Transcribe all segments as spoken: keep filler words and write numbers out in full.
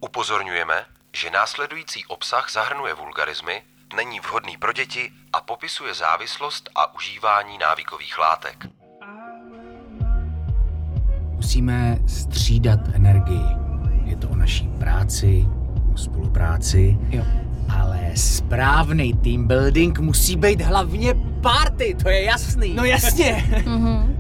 Upozorňujeme, že následující obsah zahrnuje vulgarizmy, není vhodný pro děti a popisuje závislost a užívání návykových látek. Musíme střídat energii. Je to o naší práci, o spolupráci, jo. Ale správný team building musí být hlavně party, to je jasný. No jasně. Mhm.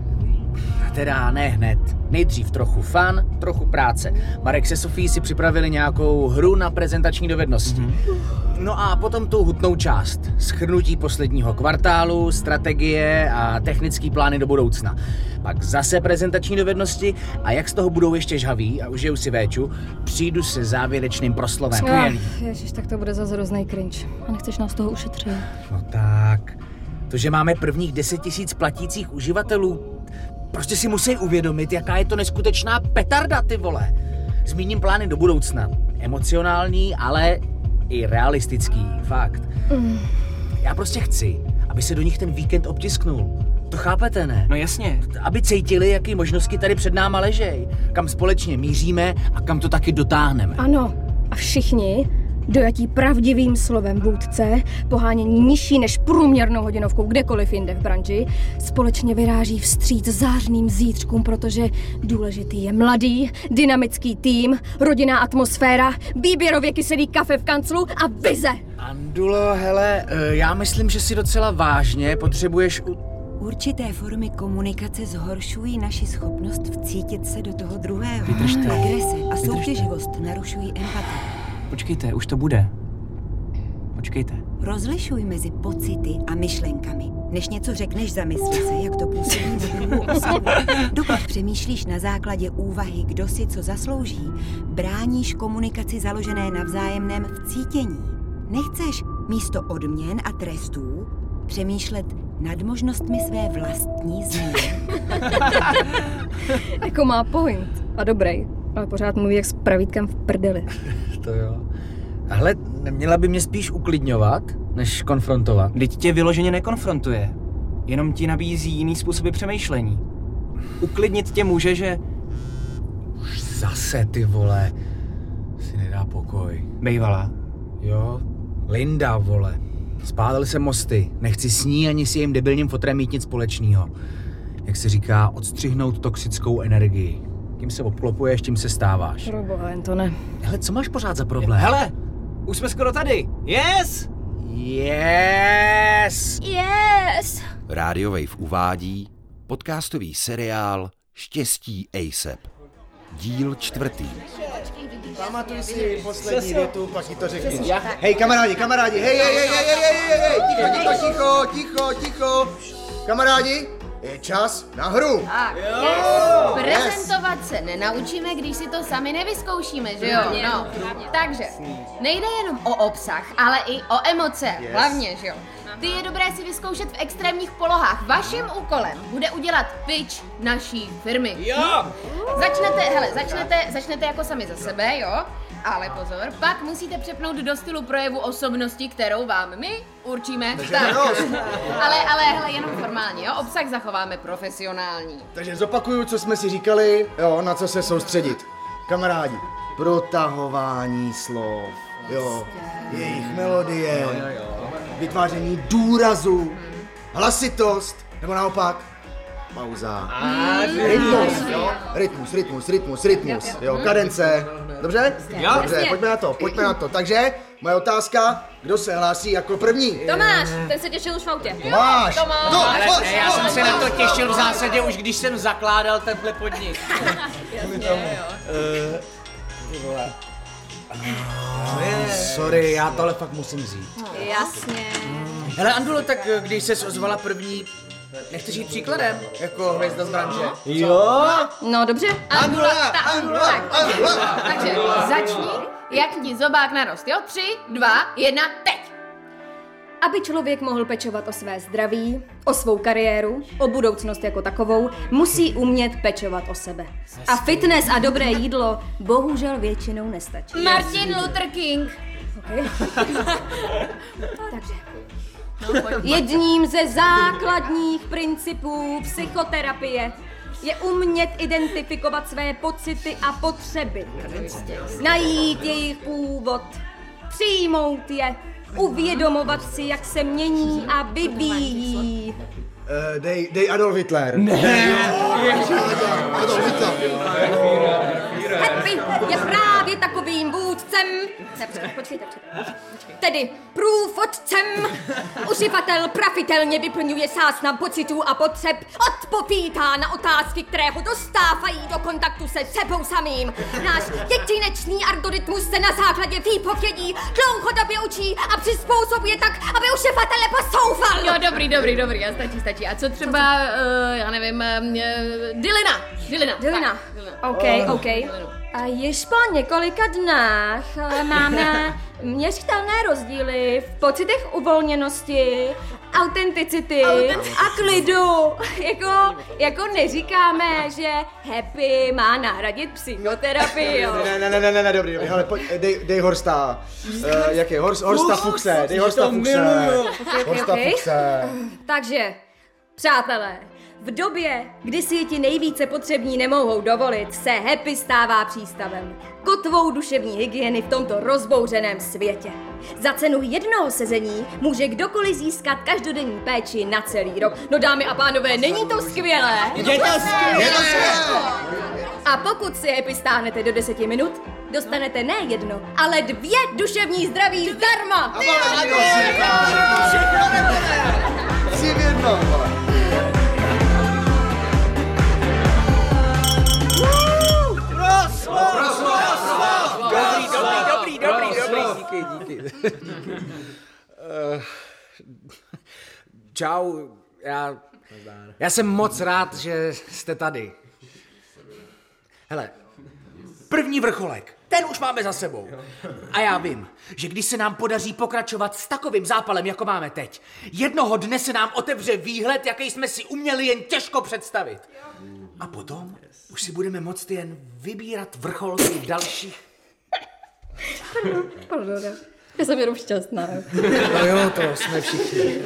Teda ne hned. Nejdřív trochu fun, trochu práce. Marek se Sofí si připravili nějakou hru na prezentační dovednosti. Mm-hmm. No a potom tu hutnou část. Shrnutí posledního kvartálu, strategie a technický plány do budoucna. Pak zase prezentační dovednosti a jak z toho budou ještě žhaví a užijou si véču, přijdu se závěrečným proslovem. Skvělý. Ježiš, tak to bude zase hrozný cringe. A nechceš nás toho ušetřit? No tak. To, že máme prvních deset tisíc platících uživatelů, prostě si musí uvědomit, jaká je to neskutečná petarda, ty vole. Zmíním plány do budoucna. Emocionální, ale i realistický, fakt. Mm. Já prostě chci, aby se do nich ten víkend obtisknul. To chápete, ne? No jasně. Aby cítili, jaký možnosti tady před náma ležej. Kam společně míříme a kam to taky dotáhneme. Ano. A všichni, dojatí pravdivým slovem vůdce, pohánění nižší než průměrnou hodinovkou kdekoliv jinde v branži, společně vyráží vstříc zářným zítřkům, protože důležitý je mladý, dynamický tým, rodinná atmosféra, výběrově kyselý kafe v kanclu a vize. Andulo, hele, já myslím, že si docela vážně potřebuješ... Určité formy komunikace zhoršují naši schopnost vcítit se do toho druhého. Vydržte. Agrese a soutěživost narušují empatii. Počkejte, už to bude. Počkejte. Rozlišuj mezi pocity a myšlenkami. Než něco řekneš, zamysli se, jak to působí na druhou osobu. Dokud přemýšlíš na základě úvahy, kdo si co zaslouží, bráníš komunikaci založené na vzájemném vcítění. Nechceš místo odměn a trestů přemýšlet nad možnostmi své vlastní změny. Jako má point. A dobrý. Ale pořád mluví jak s pravítkem v prdeli. To jo. Hele, neměla by mě spíš uklidňovat, než konfrontovat? Vždyť tě vyloženě nekonfrontuje. Jenom ti nabízí jiný způsoby přemýšlení. Uklidnit tě může, že... Už zase, ty vole. Si nedá pokoj. Bejvala. Jo, Linda, vole. Spádali se mosty. Nechci s ní ani s jejím debilním fotrem mít nic společného. Jak se říká, odstřihnout toxickou energii. Tím se obklopuješ, tím se stáváš. Proboha, jen to ne. Hele, co máš pořád za problém? Hele, už jsme skoro tady. Yes! Yes! Yes! Radio Wave uvádí podcastový seriál Štěstí A S A P. Díl čtvrtý. Pamatuj si poslední větu, pak ti to řekni. Hej, kamarádi, kamarádi, hej, hej, hej, hej, hej, hej, hej, ticho, ticho, ticho, ticho, ticho. Kamarádi, je čas na hru. Tak, yes. Prezentovat se nenaučíme, když si to sami nevyzkoušíme, že jo? No. Takže, nejde jenom o obsah, ale i o emoce, yes. Hlavně, že jo? Ty je dobré si vyzkoušet v extrémních polohách. Vaším úkolem bude udělat pitch naší firmy. Jo! Začnete, hele, začnete, začnete jako sami za sebe, jo? Ale pozor, pak musíte přepnout do stylu projevu osobnosti, kterou vám my určíme. Tak. ale, ale hele, jenom formálně, jo? Obsah zachováme profesionální. Takže zopakuju, co jsme si říkali, jo, na co se soustředit. Kamarádi, protahování slov, jo, jejich melodie, jo, jo, jo. Vytváření důrazu, hlasitost, nebo naopak, pauza. Rytmus, jo? Rytmus, rytmus, rytmus, rytmus, jo, kadence. Dobře? Jo. Dobře, pojďme na to, pojďme na to. Takže, moje otázka, kdo se hlásí jako první? Tomáš, ten se těšil už v autě. Tomáš! Tomáš! No, Ale pojď, ne, já pojď. jsem se na to těšil v zásadě už, když jsem zakládal tenhle podnik. Jasně, jo. Uh, sorry, já tohle fakt musím vzít. Jasně. Hele, Andulo, tak když ses ozvala první, nechceš jít příkladem, jako hvězda z branže? Jo? No dobře. Andula, ta, Andula, tak, Andula. takže začni, jak ti zobák narost, jo? Tři, dva, jedna, teď! Aby člověk mohl pečovat o své zdraví, o svou kariéru, o budoucnost jako takovou, musí umět pečovat o sebe. A fitness a dobré jídlo bohužel většinou nestačí. Martin Luther King. Okay. Takže. Jedním ze základních principů psychoterapie je umět identifikovat své pocity a potřeby. Najít jejich původ, přijmout je, uvědomovat si, jak se mění a vyvíjí. Uh, dej, dej Adolf Hitler. Ne. Adolf Hitler. Happy je právě takovým vůdcem, počkejte, počkejte, tedy průvodcem. Uživatel pravitelně vyplňuje záznam pocitů a potřeb, odpovídá na otázky, které ho dostávají do kontaktu se sebou samým. Náš jedinečný algoritmus se na základě výpovědí dlouhodobě učí a přizpůsobuje tak, aby uživatele posouval. Jo, dobrý, dobrý, dobrý, a stačí, stačí. A co třeba, uh, já nevím, uh, Dylina, Dylina. Dylina, OK, OK. A již po několika dnech máme měřitelné rozdíly v pocitech uvolněnosti, autenticity a klidu. Jako, jako neříkáme, že happy má nahradit psychoterapii, jo. Ne, ne, ne, ne, ne, ne, dobrý, dobrý, hele, pojď, dej, dej Horsta, uh, jak je, Horst, Horsta Fuchse, dej Horsta Fuchse, Horsta Fuchse. Takže, přátelé, v době, kdy si je ti nejvíce potřební nemohou dovolit, se happy stává přístavem. Kotvou duševní hygieny v tomto rozbouřeném světě. Za cenu jednoho sezení může kdokoliv získat každodenní péči na celý rok. No dámy a pánové, není to skvělé? Je to skvělé! A pokud si happy stáhnete do deseti minut, dostanete ne jedno, ale dvě duševní zdraví zdarma! Jsi v jednom, vole. Dobrý, dobrý, dobrý, dobrý, dobrý. Díky, díky. Čau, já, já jsem moc rád, že jste tady. Hele, první vrcholek, ten už máme za sebou. A já vím, že když se nám podaří pokračovat s takovým zápalem, jako máme teď, jednoho dne se nám otevře výhled, jaký jsme si uměli jen těžko představit. A potom už si budeme moct jen vybírat vrcholky dalších. Pardon, pardon, já jsem jenom šťastná. No jo, to jsme všichni.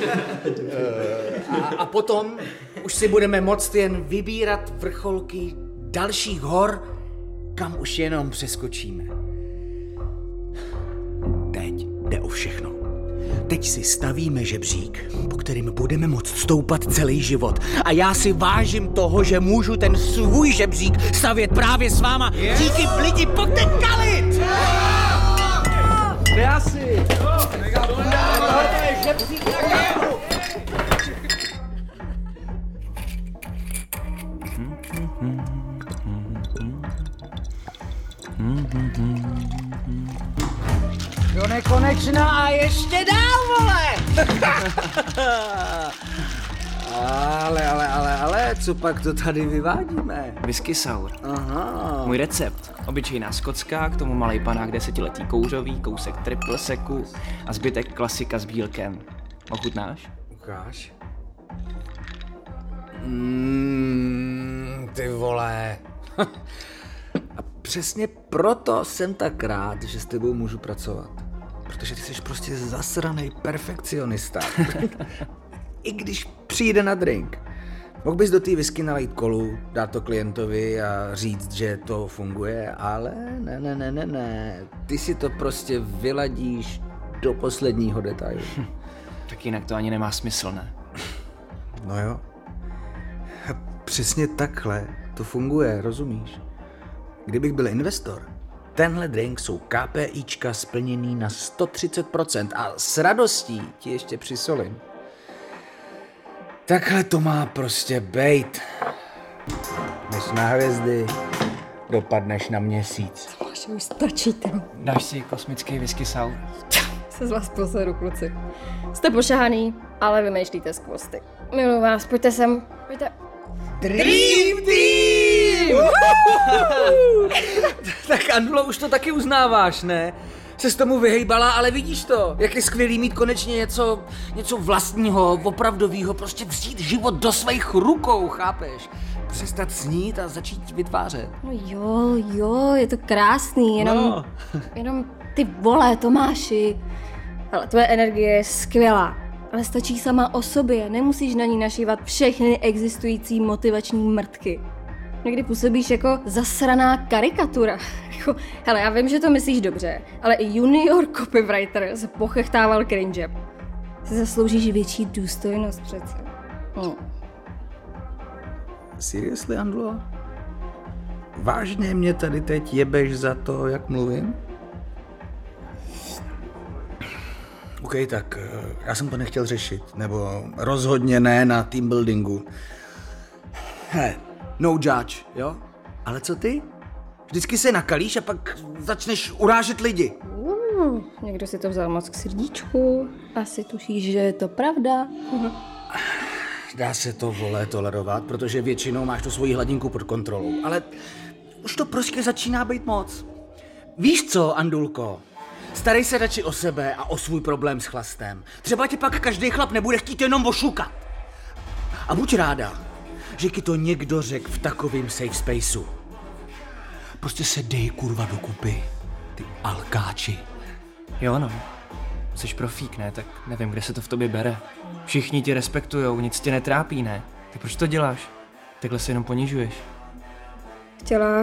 A, a potom už si budeme moct jen vybírat vrcholky dalších hor, kam už jenom přeskočíme. Teď jde o všechno. Teď si stavíme žebřík, po kterým budeme moct stoupat celý život. A já si vážím toho, že můžu ten svůj žebřík stavět právě s váma. Díky lidi, pojďte kalit! Já si! Tohle je žebřík na kápu! Do nekonečna a ještě dál, vole! ale, ale, ale, ale, co pak to tady vyvádíme? Whisky sour. Aha. Můj recept. Obyčejná skotská, k tomu malej panák desetiletý kouřový, kousek triple seku a zbytek klasika s bílkem. Ochutnáš? Ukáž. Mm, ty vole. A přesně proto jsem tak rád, že s tebou můžu pracovat. Protože ty jsi prostě zasranej perfekcionista. I když přijde na drink. Mohl bys do té whisky nalejt kolu, dát to klientovi a říct, že to funguje, ale ne, ne, ne, ne, ne. Ty si to prostě vyladíš do posledního detailu. Tak jinak to ani nemá smysl, ne? No jo. Přesně takhle to funguje, rozumíš? Kdybych byl investor, tenhle drink jsou KPIčka splněný na sto třicet procent a s radostí ti ještě přisolím. Takhle to má prostě bejt. Než na hvězdy, dopadneš na měsíc. Máš, už stačí to. Dáš si kosmický whisky sour? Se z vás poseru, kluci. Jste pošahaný, ale vymýšlíte skvosty. Miluji vás, pojďte sem, pojďte. Dream Team! Tak Andulo, už to taky uznáváš, ne? Se s tomu vyhejbala, ale vidíš to, jak je skvělý mít konečně něco, něco vlastního, opravdového, prostě vzít život do svých rukou, chápeš? Přestat snít a začít vytvářet. No jo, jo, je to krásný, jenom, No. jenom ty vole, Tomáši. Ale tvoje energie je skvělá. Ale stačí sama o sobě, nemusíš na ní našívat všechny existující motivační mrtky. Někdy působíš jako zasraná karikatura. Jako, hele, já vím, že to myslíš dobře, ale i junior copywriter se pochechtával cringe. Si zasloužíš větší důstojnost přece. No. Seriously, Andlo? Vážně mě tady teď jebeš za to, jak mluvím? OK, tak já jsem to nechtěl řešit, nebo rozhodně ne na team buildingu. Hele, no judge, jo? Ale co ty? Vždycky se nakalíš a pak začneš urážet lidi. Uh, někdo si to vzal moc k srdíčku. Asi tušíš, že je to pravda. Dá se to, vole, tolerovat, protože většinou máš tu svoji hladinku pod kontrolou. Ale už to prostě začíná být moc. Víš co, Andulko? Starej se radši o sebe a o svůj problém s chlastem. Třeba tě pak každý chlap nebude chtít jenom ošukat. A buď ráda, že ti to někdo řekl v takovým safe spaceu. Prostě se dej, kurva, dokupy, ty alkáči. Jo no, jsi profík, ne? Tak nevím, kde se to v tobě bere. Všichni tě respektujou, nic tě netrápí, ne? Tak proč to děláš? Takhle se jenom ponižuješ. Chtěla...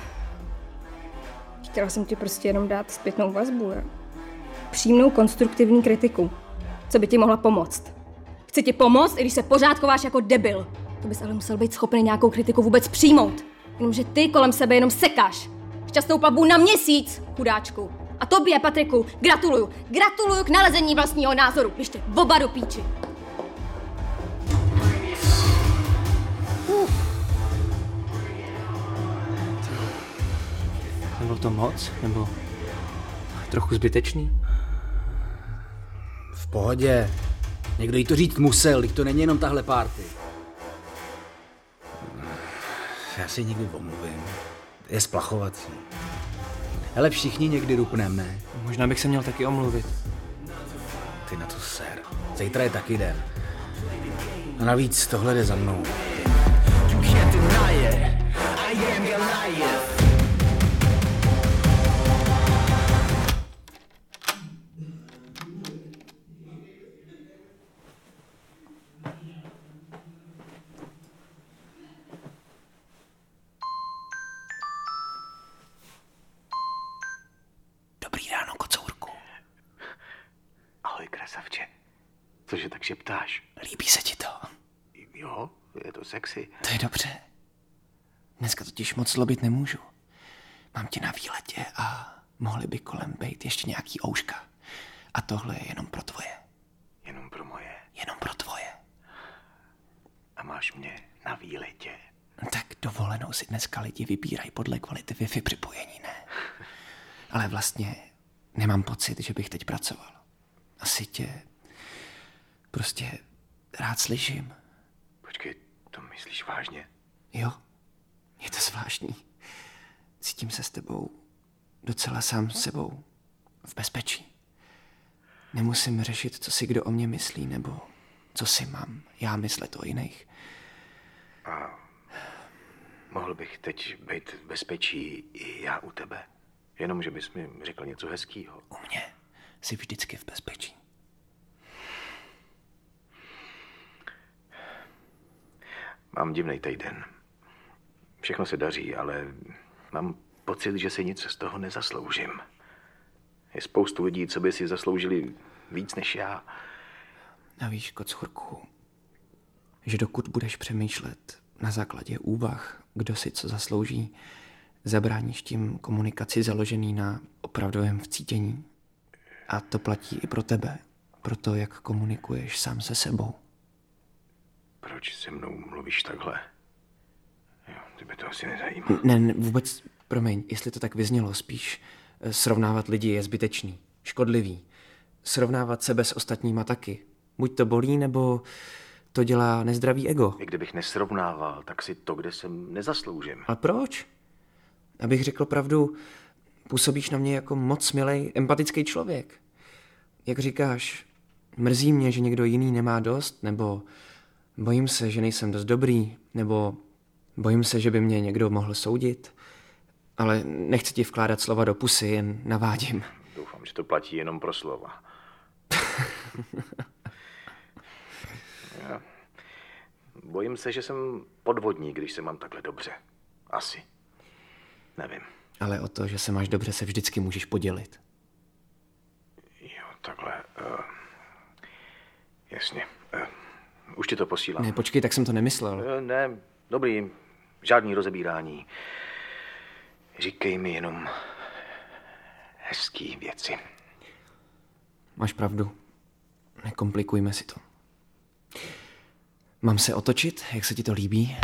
Chtěla jsem ti prostě jenom dát zpětnou vazbu, jo? Přímnou konstruktivní kritiku. Co by ti mohla pomoct? Chci ti pomoct, i když se pořád chováš jako debil. To bys ale musel být schopný nějakou kritiku vůbec přijmout. Jenomže ty kolem sebe jenom sekáš. Šťastnou plavbu na měsíc, chudáčku. A tobě, Patriku, gratuluju. Gratuluju k nalezení vlastního názoru. Běžte oba do píči. Nebylo to moc? Nebo trochu zbytečný? V pohodě. Někdo jí to říct musel, když to není jenom tahle party. Já si někdy omluvím. Je splachovací. Hele, všichni někdy rupnem, ne? Možná bych se měl taky omluvit. Ty na to ser. Zítra je taky den. A navíc tohle jde za mnou. Dobrý ráno, kocourku. Ahoj, krasavče. Cože tak šeptáš? Líbí se ti to? Jo, je to sexy. To je dobře. Dneska totiž moc zlobit nemůžu. Mám tě na výletě a mohly by kolem být ještě nějaký ouška. A tohle je jenom pro tvoje. Jenom pro moje. Jenom pro tvoje. A máš mě na výletě. Tak dovolenou si dneska lidi vybírají podle kvality Wi-Fi připojení, ne? Ale vlastně nemám pocit, že bych teď pracoval. Asi tě prostě rád slyším. Počkej, to myslíš vážně? Jo, je to zvláštní. Cítím se s tebou docela sám s sebou. V bezpečí. Nemusím řešit, co si kdo o mě myslí, nebo co si mám já myslet o jiných. A mohl bych teď být v bezpečí i já u tebe? Jenom, že bys mi řekl něco hezkýho. U mě jsi vždycky v bezpečí. Mám divnej týden. Všechno se daří, ale mám pocit, že si nic z toho nezasloužím. Je spoustu lidí, co by si zasloužili víc než já. A víš, kocurku, že dokud budeš přemýšlet na základě úvah, kdo si co zaslouží, zabráníš tím komunikaci založený na opravdovém vcítění. A to platí i pro tebe, pro to, jak komunikuješ sám se sebou. Proč se mnou mluvíš takhle? Jo, tebe to asi nezajímá. Ne, ne, vůbec, promiň, jestli to tak vyznělo, spíš srovnávat lidi je zbytečný, škodlivý. Srovnávat sebe s ostatníma taky. Buď to bolí, nebo to dělá nezdravý ego. I kdybych nesrovnával, tak si to, kde jsem, nezasloužím. A proč? Abych řekl pravdu, působíš na mě jako moc milej, empatický člověk. Jak říkáš, mrzí mě, že někdo jiný nemá dost, nebo bojím se, že nejsem dost dobrý, nebo bojím se, že by mě někdo mohl soudit. Ale nechci ti vkládat slova do pusy, jen navádím. Doufám, že to platí jenom pro slova. Bojím se, že jsem podvodník, když se mám takhle dobře. Asi. Nevím. Ale o to, že se máš dobře, se vždycky můžeš podělit. Jo, takhle. Uh, jasně. Uh, už ti to posílám. Ne, počkej, tak jsem to nemyslel. Uh, ne, dobrý. Žádný rozebírání. Říkej mi jenom hezký věci. Máš pravdu. Nekomplikujme si to. Mám se otočit, jak se ti to líbí?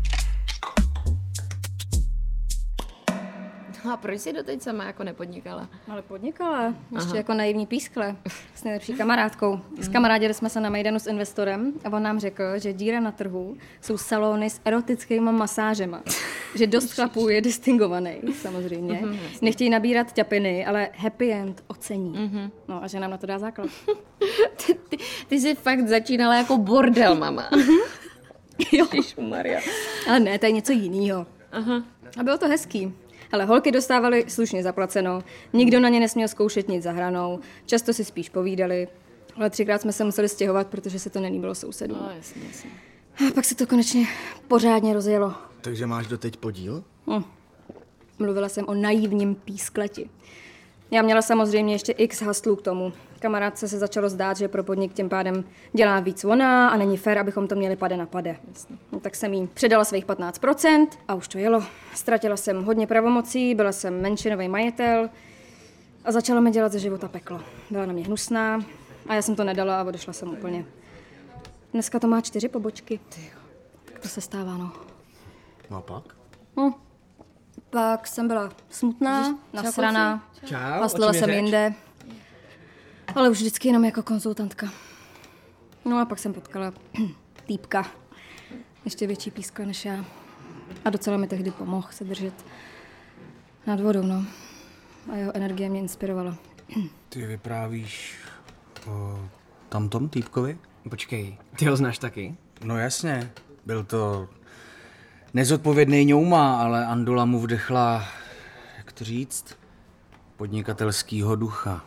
No a proč jsi doteď sama jako nepodnikala? Ale podnikala, ještě Aha. jako naivní pískle s nejlepší kamarádkou. Zkamarádili jsme se na Mejdanu s investorem a on nám řekl, že díra na trhu jsou salony s erotickými masážema. Že dost chlapů je distingovaný, samozřejmě. Mm-hmm, Nechtějí nabírat ťapiny, ale happy end ocení. Mm-hmm. No a že nám na to dá základ. ty, ty, ty jsi fakt začínala jako bordel, mama. Jo. Maria. Ale ne, to je něco jinýho. Aha. A bylo to hezký. Ale holky dostávaly slušně zaplaceno, nikdo na ně nesměl zkoušet nic za hranou, často si spíš povídali, ale třikrát jsme se museli stěhovat, protože se to nelíbilo sousedům. No, jasně, jasně. A pak se to konečně pořádně rozjelo. Takže máš doteď podíl? Hm. Mluvila jsem o naivním pískleti. Já měla samozřejmě ještě x haslů k tomu. Kamarádce se začalo zdát, že pro podnik tím pádem dělá víc ona a není fér, abychom to měli pade na pade. No, tak jsem jí předala svých patnáct procent a už to jelo. Ztratila jsem hodně pravomocí, byla jsem menšinový majitel a začala mi dělat ze života peklo. Byla na mě hnusná a já jsem to nedala a odešla jsem úplně. Dneska to má čtyři pobočky. Tak to se stává, no. No a pak? Hm. Pak jsem byla smutná, nasraná, haslila jsem jinde, ale už vždycky jenom jako konzultantka. No a pak jsem potkala týpka, ještě větší pískla než já. A docela mi tehdy pomohl se držet nad vodou, no. A jeho energie mě inspirovala. Ty vyprávíš o tamtom týpkovi? Počkej, ty ho znáš taky? No jasně, byl to nezodpovědný ňouma, ale Andula mu vdechla, jak to říct, podnikatelskýho ducha.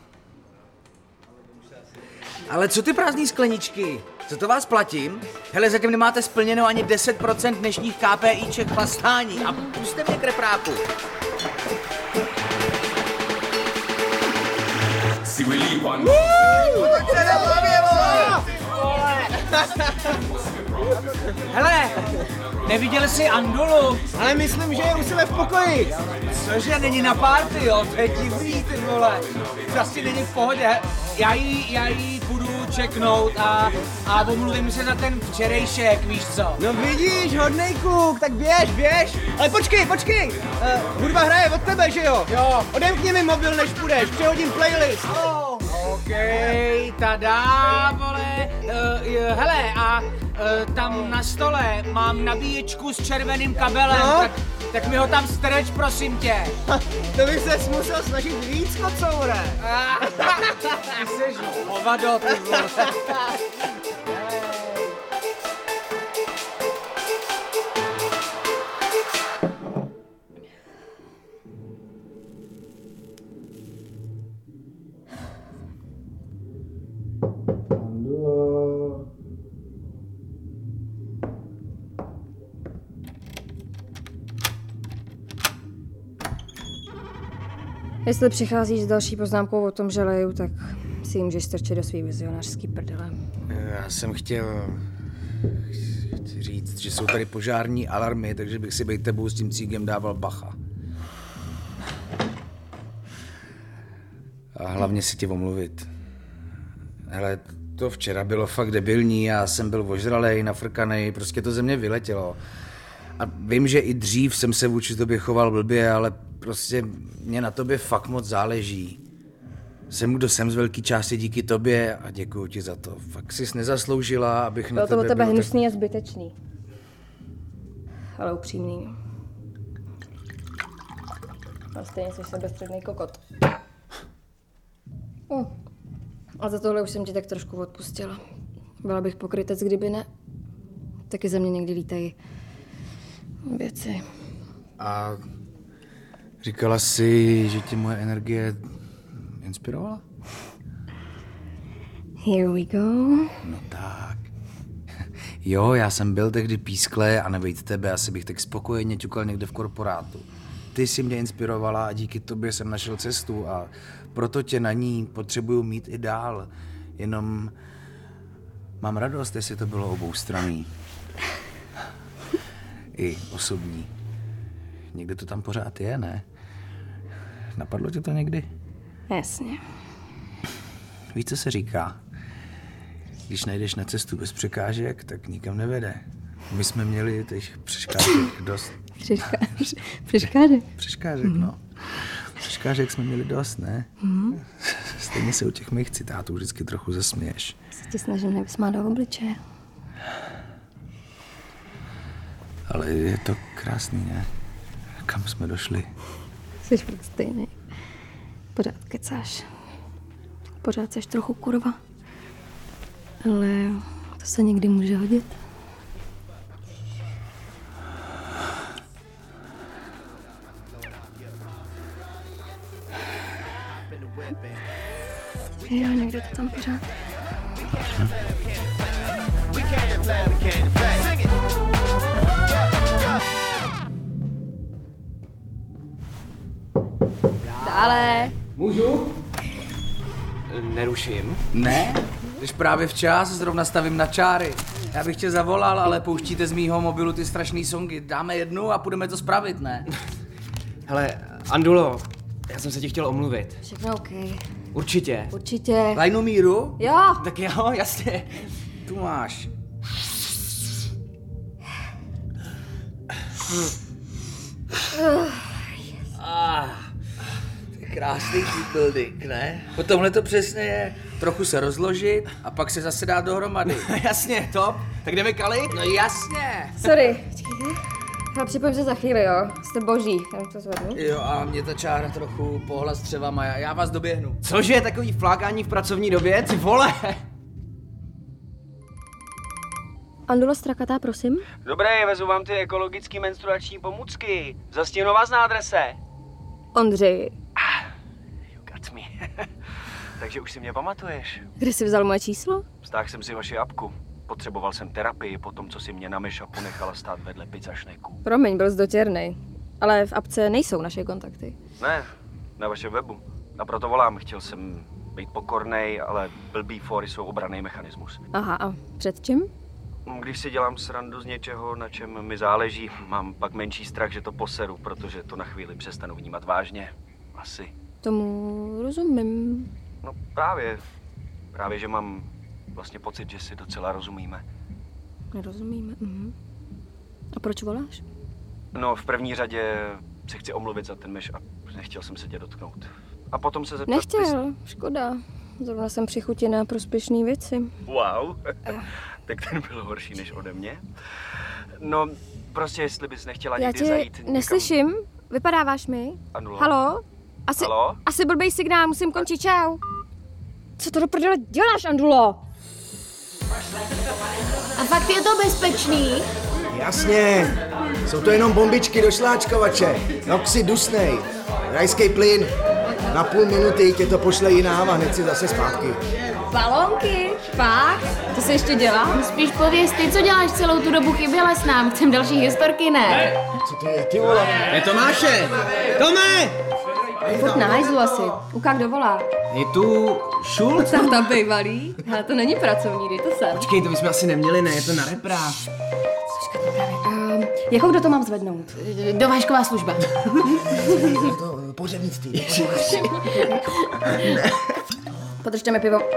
Ale co ty prázdný skleničky? Co to vás platím? Hele, zatím nemáte splněno ani deset procent dnešních KPIček chlastání a puste mě krepráku. Hele, neviděli jsi Andulu? Ale myslím, že je u sebe v pokoji. Cože, není na party, jo? To je divný, ty vole. Prostě není v pohodě. Já jí, já jí půjdu čeknout a, a omluvím se za ten včerejšek, víš co? No vidíš, hodnej kluk, tak běž, běž. Ale počkej, počkej. Uh, hudba hraje od tebe, že jo? Jo. Odemkni mi mobil, než půjdeš, přehodím playlist. Oh. OK, tada, vole. Uh, hele, a uh, tam na stole mám nabíječku s červeným kabelem, no? tak, tak mi ho tam strč, prosím tě. To bych se musel snažit víc, kocoure. Ty jsi hovado, ty vole. Jestli přicházíš s další poznámkou o tom, že leju, tak si ji můžeš strčit do svý vizionářský prdele. Já jsem chtěl chci říct, že jsou tady požární alarmy, takže bych si bejt tebou s tím cígem dával bacha. A hlavně si tě omluvit. Hele, to včera bylo fakt debilní, já jsem byl ožralej, nafrkanej, prostě to ze mě vyletělo. A vím, že i dřív jsem se vůči tobě choval blbě, ale prostě mě na tobě fakt moc záleží. Jsem kdo jsem z velký části díky tobě a děkuju ti za to. Fakt jsi nezasloužila, abych bylo na tebe... Bylo to o tebe hnusný tak... a zbytečný. Ale upřímný. A stejně jsi sebestředný kokot. Uh. A za tohle už jsem ti tak trošku odpustila. Byla bych pokrytec, kdyby ne. Taky ze mě někdy lítají věci. A říkala jsi, že tě moje energie inspirovala? Here we go. No tak. Jo, já jsem byl tehdy pískle a nebejt tebe, asi bych tak spokojeně ťukal někde v korporátu. Ty jsi mě inspirovala a díky tobě jsem našel cestu a proto tě na ní potřebuju mít i dál. Jenom mám radost, jestli to bylo oboustranný. I osobní. Někde to tam pořád je, ne? Napadlo tě to někdy? Jasně. Víš, co se říká? Když najdeš na cestu bez překážek, tak nikam nevede. My jsme měli těch překážek dost. Přeška... Přeškážek? Přeškážek, mm. no. Přeškážek jsme měli dost, ne? Mm. Stejně se u těch mých citátů vždycky trochu zasměješ. Se ti snažím nevysmát do obličeje. Ale je to krásný, ne? Kam jsme došli? Jsi furt stejný. Pořád kecáš. Pořád seš trochu kurva. Ale to se někdy může hodit. Jo, někde to tam pořád. Dále. Můžu? Neruším. Ne? Když právě včas, zrovna stavím na čáry. Já bych tě zavolal, ale pouštíte z mýho mobilu ty strašný songy. Dáme jednu a půjdeme to spravit, ne? Hele, Andulo, já jsem se ti chtěl omluvit. Všechno OK. Určitě. Určitě. Lajnu míru? Jo. Tak jo, jasně. Tu máš. Ah, to je krásný team building, ne? Po tomhle to přesně je. Trochu se rozložit a pak se zase dát dohromady. Jasně, top. Tak jdeme kalit? No jasně. Sorry. Počkejte. Já připojím se za chvíli, jo. Jste boží. Já to zvednu. Jo, a mě ta čára trochu pohla střevama. Já, já vás doběhnu. Cože, takový flákání v pracovní době? Ty vole! Andulo Strakatá, prosím. Dobré, vezu vám ty ekologické menstruační pomůcky. Zastěhnu vás na adrese. Ondřej. Ah, you got me. Takže už si mě pamatuješ. Kde jsi vzal moje číslo? Stáhl jsem si vaši apku. Potřeboval jsem terapii po tom, co si mě na mashupu nechala stát vedle pizzašneků. Promiň, byl jsi dotěrnej. Ale v apce nejsou naše kontakty. Ne, na vašem webu. A proto volám. Chtěl jsem být pokornej, ale blbý fóry jsou obranný mechanismus. Aha, a před čím? Když si dělám srandu z něčeho, na čem mi záleží, mám pak menší strach, že to poseru, protože to na chvíli přestanu vnímat vážně. Asi. Tomu rozumím. No právě. Právě, že mám vlastně pocit, že si docela rozumíme. Nerozumíme, mhm. A proč voláš? No, v první řadě se chci omluvit za ten meš a nechtěl jsem se tě dotknout. A potom se zeptat... Nechtěl, škoda. Zrovna jsem při chuti na prospěšný věci. Wow, tak ten byl horší než ode mě. No, prostě jestli bys nechtěla Já někdy tě zajít někam... neslyším, vypadáváš mi. Anulo. Halo? Asi, Halo? asi blbej signál, musím končit, čau. Co to do prdele děláš, Andulo? A fakt je to bezpečný? Jasně, jsou to jenom bombičky do šláčkovače. Noxy dusnej, rajský plyn. Na půl minuty tě to pošle jinám a hned si zase zpátky. Balónky? Fakt? To se ještě dělá? Spíš pověz ty, co děláš celou tu dobu, chyběla s nám. Chcem další historky, ne? Co to je, ty vole? Je Tomáše! Tome! Furt na hajzlu asi. Uká, kdo volá? Je tu Šulc? Táta bejvalý? Ale to není pracovní, dej to sem. Počkej, to bychom asi neměli, ne? Je to na repra. Um, jako kdo to mám zvednout? Dovážková služba. To pohřebnictví. Podržte mi pivo.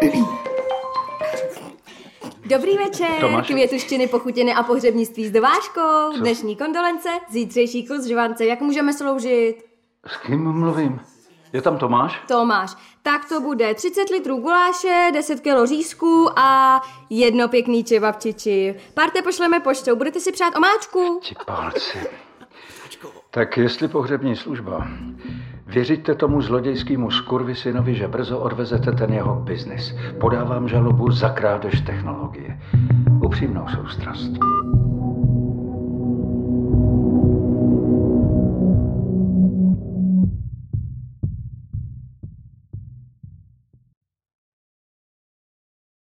Dobrý večer, Tomáši. květuštiny, pochutiny a pohřebnictví s dovážkou, dnešní kondolence, zítřejší kus žvance, jak můžeme sloužit? S kým mluvím? Je tam Tomáš? Tomáš, tak to bude třicet litrů guláše, deset kilo řízků a jedno pěkný čevapčiči. Párte pošleme poštou, budete si přát omáčku? Ti palci. Tak jestli pohřební služba, věříte tomu zlodějskému skurvisynovi, že brzo odvezete ten jeho biznis. Podávám žalobu za krádež technologie. Upřímnou soustrast.